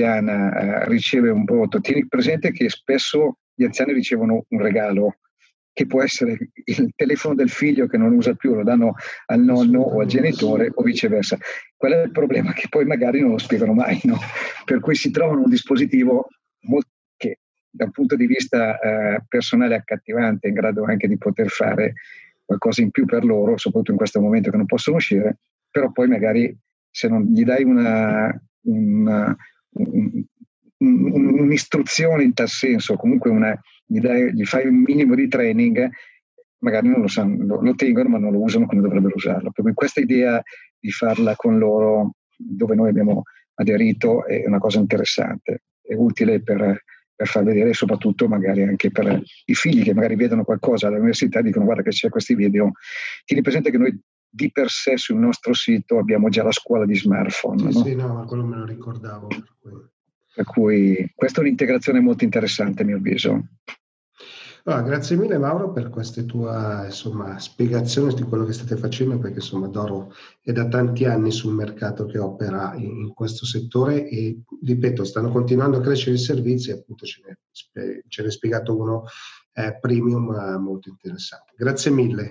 anziana uh, riceve un prodotto. Tieni presente che spesso gli anziani ricevono un regalo che può essere il telefono del figlio che non usa più, lo danno al nonno o al genitore o viceversa. Qual è il problema? Che poi magari non lo spiegano mai, no? Per cui si trovano un dispositivo molto, che da un punto di vista eh, personale accattivante, in grado anche di poter fare qualcosa in più per loro, soprattutto in questo momento che non possono uscire, però poi magari se non gli dai una, una, un, un, un'istruzione in tal senso, comunque una, gli, dai, gli fai un minimo di training, magari non lo sanno, lo, lo tengono ma non lo usano come dovrebbero usarlo. Per cui questa idea di farla con loro, dove noi abbiamo aderito, è una cosa interessante, è utile per, per far vedere, soprattutto magari anche per i figli che magari vedono qualcosa all'università e dicono guarda che c'è questi video. Tieni presente che noi di per sé sul nostro sito abbiamo già la scuola di smartphone. Sì, no? sì, no, ma quello me lo ricordavo. Per cui. per cui questa è un'integrazione molto interessante a mio avviso. Allora, grazie mille Mauro per queste tue insomma, spiegazioni di quello che state facendo, perché insomma Doro è da tanti anni sul mercato che opera in, in questo settore e ripeto, stanno continuando a crescere i servizi e appunto ce ne, ce ne è spiegato uno eh, premium eh, molto interessante. Grazie mille.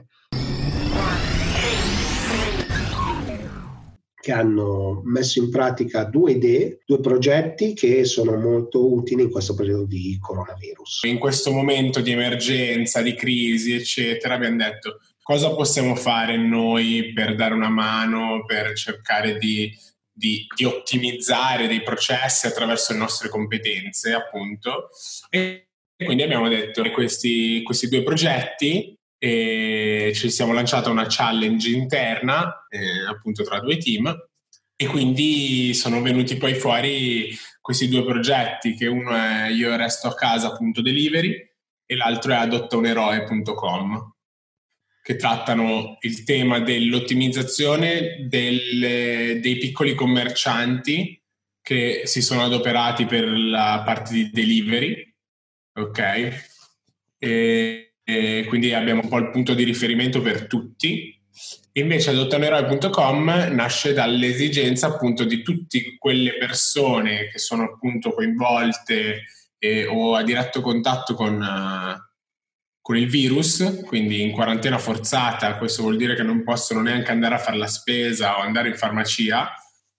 Che hanno messo in pratica due idee, due progetti che sono molto utili in questo periodo di coronavirus. In questo momento di emergenza, di crisi, eccetera, abbiamo detto cosa possiamo fare noi per dare una mano, per cercare di, di, di ottimizzare dei processi attraverso le nostre competenze, appunto. E quindi abbiamo detto questi, questi due progetti e ci siamo lanciata una challenge interna eh, appunto tra due team e quindi sono venuti poi fuori questi due progetti, che uno è Io resto a casa punto delivery e l'altro è adotta un eroe punto com, che trattano il tema dell'ottimizzazione del, dei piccoli commercianti che si sono adoperati per la parte di delivery, ok? E E quindi abbiamo un po' il punto di riferimento per tutti. Invece adotta un eroe punto com nasce dall'esigenza appunto di tutte quelle persone che sono appunto coinvolte eh, o a diretto contatto con, uh, con il virus, quindi in quarantena forzata. Questo vuol dire che non possono neanche andare a fare la spesa o andare in farmacia,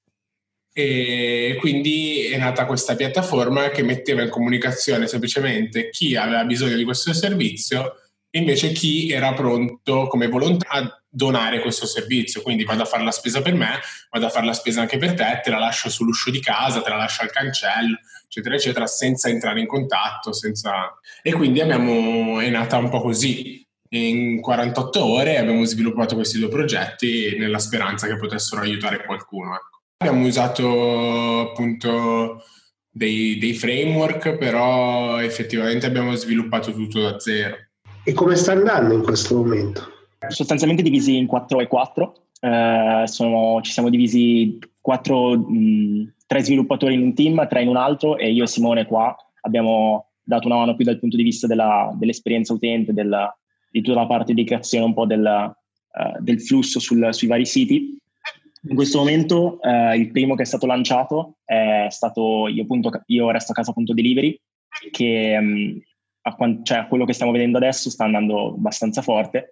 e quindi è nata questa piattaforma che metteva in comunicazione semplicemente chi aveva bisogno di questo servizio e invece chi era pronto come volontario a donare questo servizio. Quindi vado a fare la spesa per me, vado a fare la spesa anche per te, te la lascio sull'uscio di casa, te la lascio al cancello, eccetera eccetera, senza entrare in contatto, senza... E quindi abbiamo, è nata un po' così. In quarantotto ore abbiamo sviluppato questi due progetti nella speranza che potessero aiutare qualcuno, ecco. Abbiamo usato appunto dei, dei framework, però effettivamente abbiamo sviluppato tutto da zero. E come sta andando in questo momento? Sostanzialmente divisi in quattro e quattro, eh, sono, ci siamo divisi quattro, mh, tre sviluppatori in un team, tre in un altro, e io e Simone qua abbiamo dato una mano più dal punto di vista della, dell'esperienza utente, della, di tutta la parte di creazione un po' del, uh, del flusso sul, sui vari siti. In questo momento eh, il primo che è stato lanciato è stato io, punto, io resto a casa punto delivery, che mh, a, cioè, a quello che stiamo vedendo adesso sta andando abbastanza forte.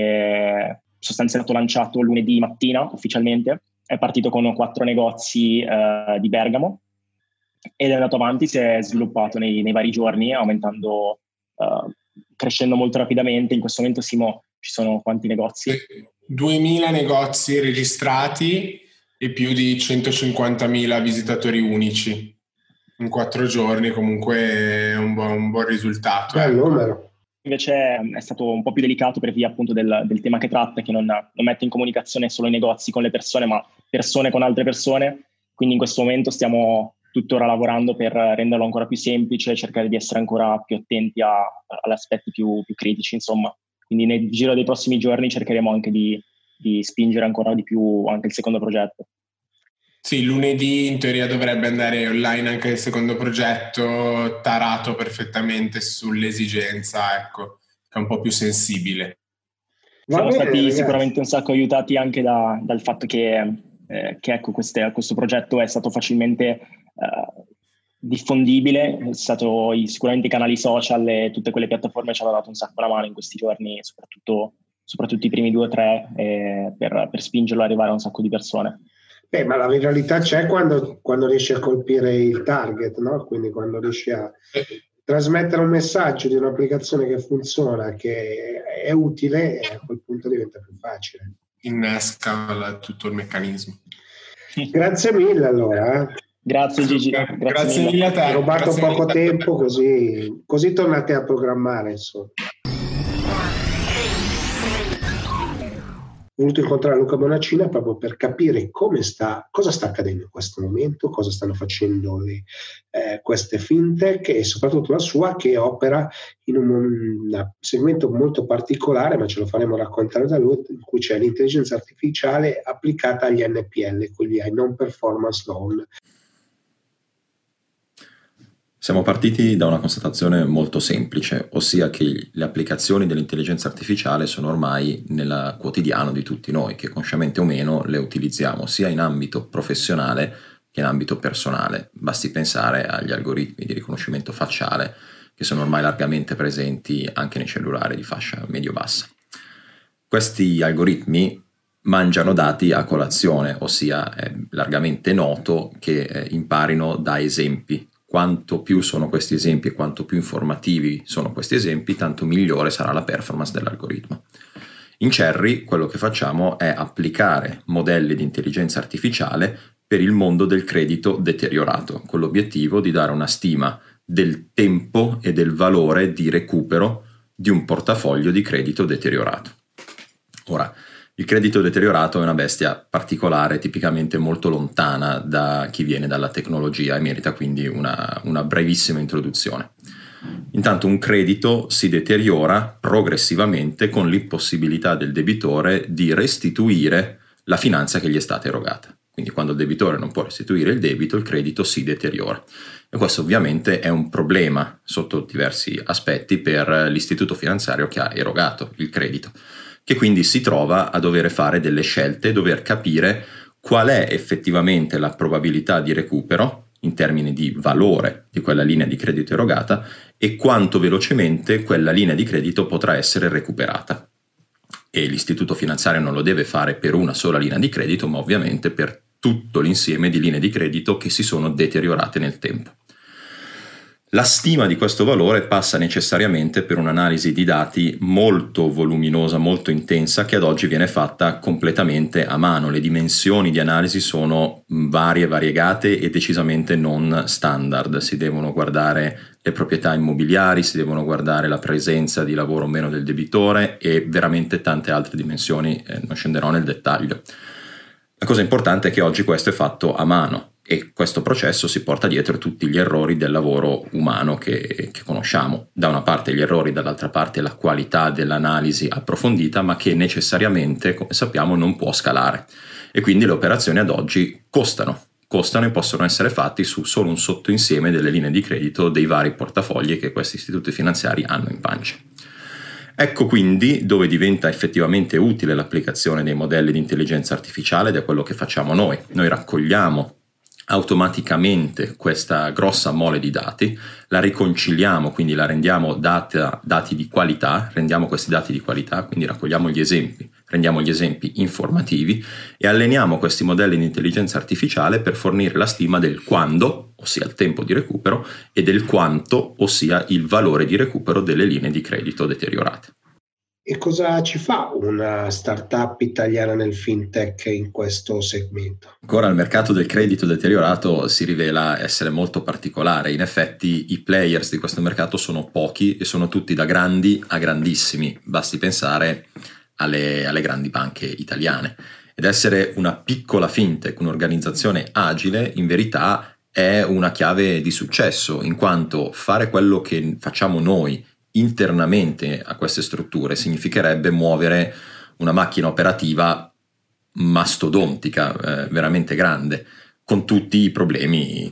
È sostanzialmente lanciato lunedì mattina ufficialmente, è partito con quattro negozi eh, di Bergamo ed è andato avanti, si è sviluppato nei, nei vari giorni, aumentando, eh, crescendo molto rapidamente. In questo momento, Simo, ci sono quanti negozi? duemila negozi registrati e più di centocinquantamila visitatori unici in quattro giorni. Comunque è un buon, un buon risultato. Bel numero. Invece è stato un po' più delicato per via appunto del, del tema che tratta, che non, non mette in comunicazione solo i negozi con le persone, ma persone con altre persone. Quindi in questo momento stiamo tuttora lavorando per renderlo ancora più semplice, cercare di essere ancora più attenti a, agli aspetti più, più critici, insomma. Quindi nel giro dei prossimi giorni cercheremo anche di, di spingere ancora di più anche il secondo progetto. Sì, lunedì in teoria dovrebbe andare online anche il secondo progetto, tarato perfettamente sull'esigenza, ecco, che è un po' più sensibile. Siamo bene, stati ragazzi. sicuramente un sacco aiutati anche da, dal fatto che, eh, che ecco, queste, questo progetto è stato facilmente... Eh, diffondibile. È stato sicuramente i canali social e tutte quelle piattaforme ci hanno dato un sacco la mano in questi giorni, soprattutto, soprattutto i primi due o tre, eh, per, per spingerlo ad arrivare a un sacco di persone. Beh, ma la viralità c'è quando, quando riesci a colpire il target, no? Quindi quando riesci a trasmettere un messaggio di un'applicazione che funziona, che è utile, e a quel punto diventa più facile. Innesca tutto il meccanismo. Grazie mille allora. Eh. Grazie Gigi. Grazie, Grazie mille a te. Ho rubato Grazie poco tempo, così, così tornate a programmare, insomma. Ho voluto incontrare Luca Bonacina proprio per capire come sta, cosa sta accadendo in questo momento, cosa stanno facendo le, eh, queste fintech e soprattutto la sua, che opera in un, un segmento molto particolare, ma ce lo faremo raccontare da lui, in cui c'è l'intelligenza artificiale applicata agli N P L, quindi ai non performance loan. Siamo partiti da una constatazione molto semplice, ossia che le applicazioni dell'intelligenza artificiale sono ormai nel quotidiano di tutti noi, che consciamente o meno le utilizziamo sia in ambito professionale che in ambito personale. Basti pensare agli algoritmi di riconoscimento facciale che sono ormai largamente presenti anche nei cellulari di fascia medio-bassa. Questi algoritmi mangiano dati a colazione, ossia è largamente noto che eh, imparino da esempi. Quanto più sono questi esempi e quanto più informativi sono questi esempi, tanto migliore sarà la performance dell'algoritmo. In Cherry quello che facciamo è applicare modelli di intelligenza artificiale per il mondo del credito deteriorato, con l'obiettivo di dare una stima del tempo e del valore di recupero di un portafoglio di credito deteriorato. Ora, il credito deteriorato è una bestia particolare, tipicamente molto lontana da chi viene dalla tecnologia, e merita quindi una, una brevissima introduzione. Intanto un credito si deteriora progressivamente con l'impossibilità del debitore di restituire la finanza che gli è stata erogata. Quindi quando il debitore non può restituire il debito, il credito si deteriora. E questo ovviamente è un problema sotto diversi aspetti per l'istituto finanziario che ha erogato il credito, che quindi si trova a dover fare delle scelte, dover capire qual è effettivamente la probabilità di recupero in termini di valore di quella linea di credito erogata e quanto velocemente quella linea di credito potrà essere recuperata. E l'istituto finanziario non lo deve fare per una sola linea di credito, ma ovviamente per tutto l'insieme di linee di credito che si sono deteriorate nel tempo. La stima di questo valore passa necessariamente per un'analisi di dati molto voluminosa, molto intensa, che ad oggi viene fatta completamente a mano. Le dimensioni di analisi sono varie, variegate e decisamente non standard. Si devono guardare le proprietà immobiliari, si devono guardare la presenza di lavoro o meno del debitore e veramente tante altre dimensioni, eh, non scenderò nel dettaglio. La cosa importante è che oggi questo è fatto a mano. E questo processo si porta dietro tutti gli errori del lavoro umano che, che conosciamo. Da una parte gli errori, dall'altra parte la qualità dell'analisi approfondita, ma che necessariamente, come sappiamo, non può scalare. E quindi le operazioni ad oggi costano. Costano e possono essere fatti su solo un sottoinsieme delle linee di credito dei vari portafogli che questi istituti finanziari hanno in pancia. Ecco quindi dove diventa effettivamente utile l'applicazione dei modelli di intelligenza artificiale ed è quello che facciamo noi. Noi raccogliamo automaticamente questa grossa mole di dati, la riconciliamo, quindi la rendiamo data, dati di qualità, rendiamo questi dati di qualità, quindi raccogliamo gli esempi, rendiamo gli esempi informativi e alleniamo questi modelli di intelligenza artificiale per fornire la stima del quando, ossia il tempo di recupero, e del quanto, ossia il valore di recupero delle linee di credito deteriorate. E cosa ci fa una startup italiana nel fintech in questo segmento? Ancora il mercato del credito deteriorato si rivela essere molto particolare. In effetti i players di questo mercato sono pochi e sono tutti da grandi a grandissimi. Basti pensare alle, alle grandi banche italiane. Ed essere una piccola fintech, un'organizzazione agile, in verità è una chiave di successo, in quanto fare quello che facciamo noi internamente a queste strutture significherebbe muovere una macchina operativa mastodontica, eh, veramente grande, con tutti i problemi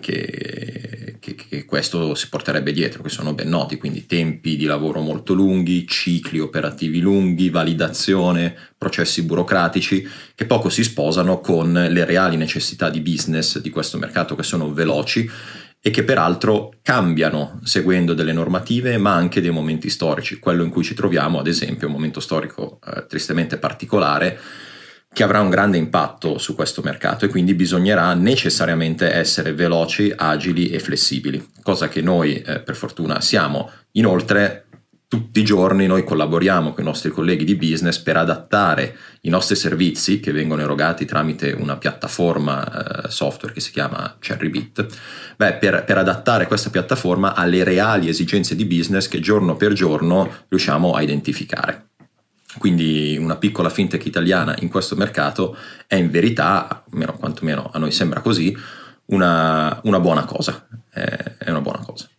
che, che, che questo si porterebbe dietro, che sono ben noti, quindi tempi di lavoro molto lunghi, cicli operativi lunghi, validazione, processi burocratici che poco si sposano con le reali necessità di business di questo mercato, che sono veloci e che peraltro cambiano seguendo delle normative ma anche dei momenti storici. Quello in cui ci troviamo, ad esempio, è un momento storico eh, tristemente particolare che avrà un grande impatto su questo mercato, e quindi bisognerà necessariamente essere veloci, agili e flessibili, cosa che noi eh, per fortuna siamo. Inoltre tutti i giorni noi collaboriamo con i nostri colleghi di business per adattare i nostri servizi, che vengono erogati tramite una piattaforma eh, software che si chiama Cherrybit, beh, per, per adattare questa piattaforma alle reali esigenze di business che giorno per giorno riusciamo a identificare. Quindi una piccola fintech italiana in questo mercato è in verità, almeno quantomeno a noi sembra così, una, una buona cosa, è, è una buona cosa.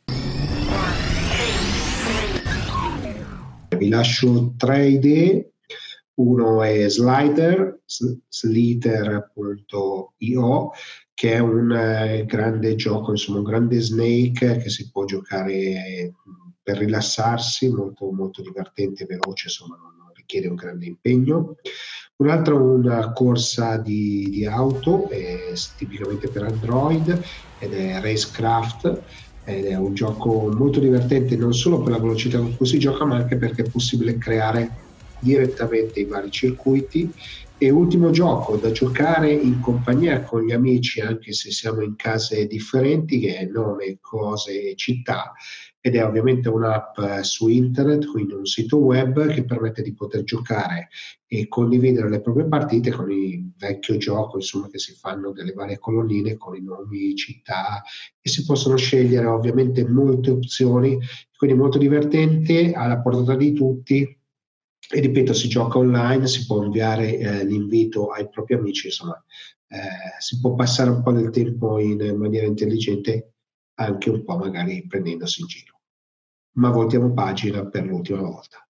Vi lascio tre idee. Uno è Slider, slither punto io, che è un eh, grande gioco, insomma un grande snake che si può giocare per rilassarsi, molto, molto divertente, veloce, insomma non, non richiede un grande impegno. Un altro è una corsa di, di auto, è tipicamente per Android, ed è Racecraft, ed è un gioco molto divertente non solo per la velocità con cui si gioca, ma anche perché è possibile creare direttamente i vari circuiti. E ultimo gioco da giocare in compagnia con gli amici, anche se siamo in case differenti, che è Nome, Cose e Città, ed è ovviamente un'app su internet, quindi un sito web che permette di poter giocare e condividere le proprie partite con il vecchio gioco, insomma, che si fanno delle varie colonnine con i nomi, città, e si possono scegliere ovviamente molte opzioni, quindi molto divertente, alla portata di tutti. E ripeto, si gioca online, si può inviare eh, l'invito ai propri amici, insomma, eh, si può passare un po' del tempo in maniera intelligente, anche un po' magari prendendosi in giro. Ma voltiamo pagina per l'ultima volta.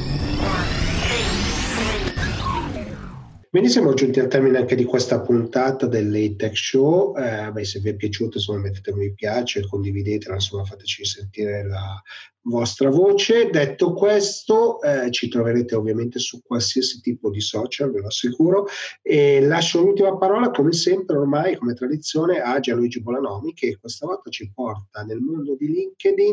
Bene, siamo giunti al termine anche di questa puntata del Late Tech Show. Eh, beh, se vi è piaciuto, insomma, mettete un mi piace, condividetela, insomma, fateci sentire la vostra voce. Detto questo, eh, ci troverete ovviamente su qualsiasi tipo di social, ve lo assicuro, e lascio l'ultima parola, come sempre, ormai, come tradizione, a Gianluigi Bolanomi, che questa volta ci porta nel mondo di LinkedIn,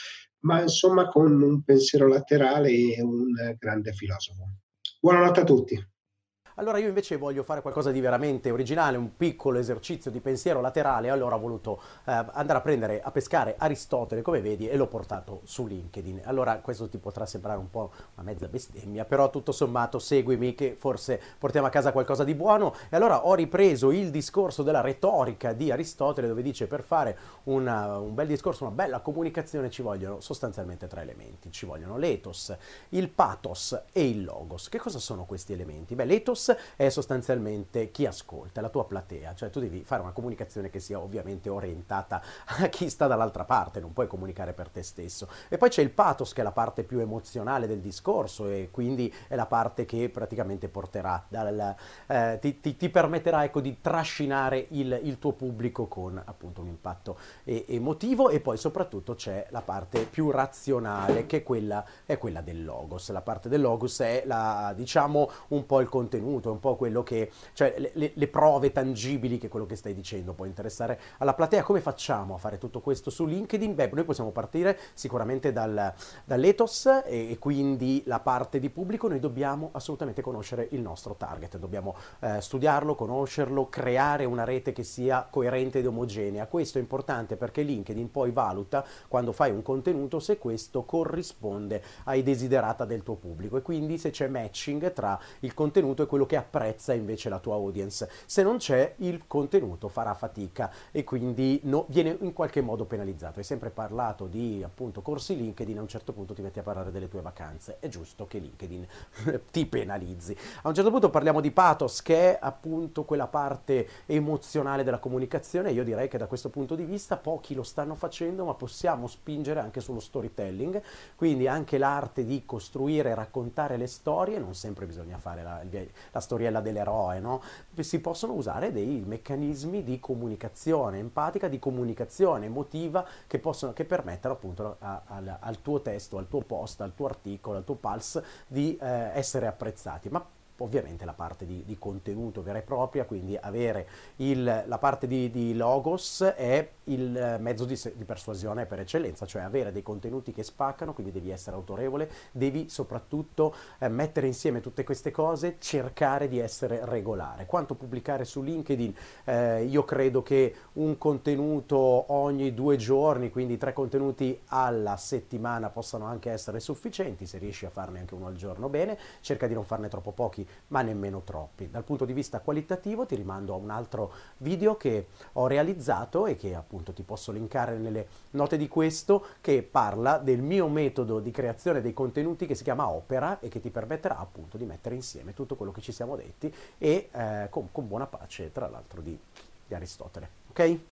ma insomma con un pensiero laterale e un grande filosofo. Buonanotte a tutti. Allora io invece voglio fare qualcosa di veramente originale, un piccolo esercizio di pensiero laterale, allora ho voluto eh, andare a prendere, a pescare Aristotele, come vedi, e l'ho portato su LinkedIn. Allora questo ti potrà sembrare un po' una mezza bestemmia, però tutto sommato seguimi che forse portiamo a casa qualcosa di buono. E allora ho ripreso il discorso della retorica di Aristotele, dove dice per fare una, un bel discorso, una bella comunicazione ci vogliono sostanzialmente tre elementi. Ci vogliono l'ethos, il pathos e il logos. Che cosa sono questi elementi? Beh, l'ethos è sostanzialmente chi ascolta, la tua platea, cioè tu devi fare una comunicazione che sia ovviamente orientata a chi sta dall'altra parte, non puoi comunicare per te stesso. E poi c'è il pathos, che è la parte più emozionale del discorso, e quindi è la parte che praticamente porterà dal, eh, ti, ti, ti permetterà, ecco, di trascinare il, il tuo pubblico con appunto un impatto e, emotivo. E poi soprattutto c'è la parte più razionale, che è quella, è quella del logos. La parte del logos è la, diciamo, un po' il contenuto, è un po' quello che, cioè le, le prove tangibili che quello che stai dicendo può interessare alla platea. Come facciamo a fare tutto questo su LinkedIn? Beh, noi possiamo partire sicuramente dal, dall'ethos e, e quindi la parte di pubblico. Noi dobbiamo assolutamente conoscere il nostro target, dobbiamo eh, studiarlo, conoscerlo, creare una rete che sia coerente ed omogenea. Questo è importante perché LinkedIn poi valuta, quando fai un contenuto, se questo corrisponde ai desiderata del tuo pubblico, e quindi se c'è matching tra il contenuto e quello che apprezza invece la tua audience. Se non c'è, il contenuto farà fatica e quindi no, viene in qualche modo penalizzato. Hai sempre parlato di appunto corsi LinkedIn, a un certo punto ti metti a parlare delle tue vacanze, è giusto che LinkedIn ti penalizzi. A un certo punto parliamo di pathos, che è appunto quella parte emozionale della comunicazione. Io direi che da questo punto di vista pochi lo stanno facendo, ma possiamo spingere anche sullo storytelling, quindi anche l'arte di costruire e raccontare le storie. Non sempre bisogna fare la, la storiella dell'eroe, no? Si possono usare dei meccanismi di comunicazione empatica, di comunicazione emotiva, che possono, che permettono appunto a, a, al tuo testo, al tuo post, al tuo articolo, al tuo pulse di eh, essere apprezzati. Ma ovviamente la parte di, di contenuto vera e propria, quindi avere il, la parte di, di logos è il mezzo di, di persuasione per eccellenza, cioè avere dei contenuti che spaccano, quindi devi essere autorevole, devi soprattutto eh, mettere insieme tutte queste cose, cercare di essere regolare. Quanto pubblicare su LinkedIn? Eh, io credo che un contenuto ogni due giorni, quindi tre contenuti alla settimana possano anche essere sufficienti, se riesci a farne anche uno al giorno bene, cerca di non farne troppo pochi ma nemmeno troppi. Dal punto di vista qualitativo ti rimando a un altro video che ho realizzato e che appunto ti posso linkare nelle note di questo, che parla del mio metodo di creazione dei contenuti che si chiama Opera e che ti permetterà appunto di mettere insieme tutto quello che ci siamo detti e eh, con, con buona pace tra l'altro di, di Aristotele. Ok?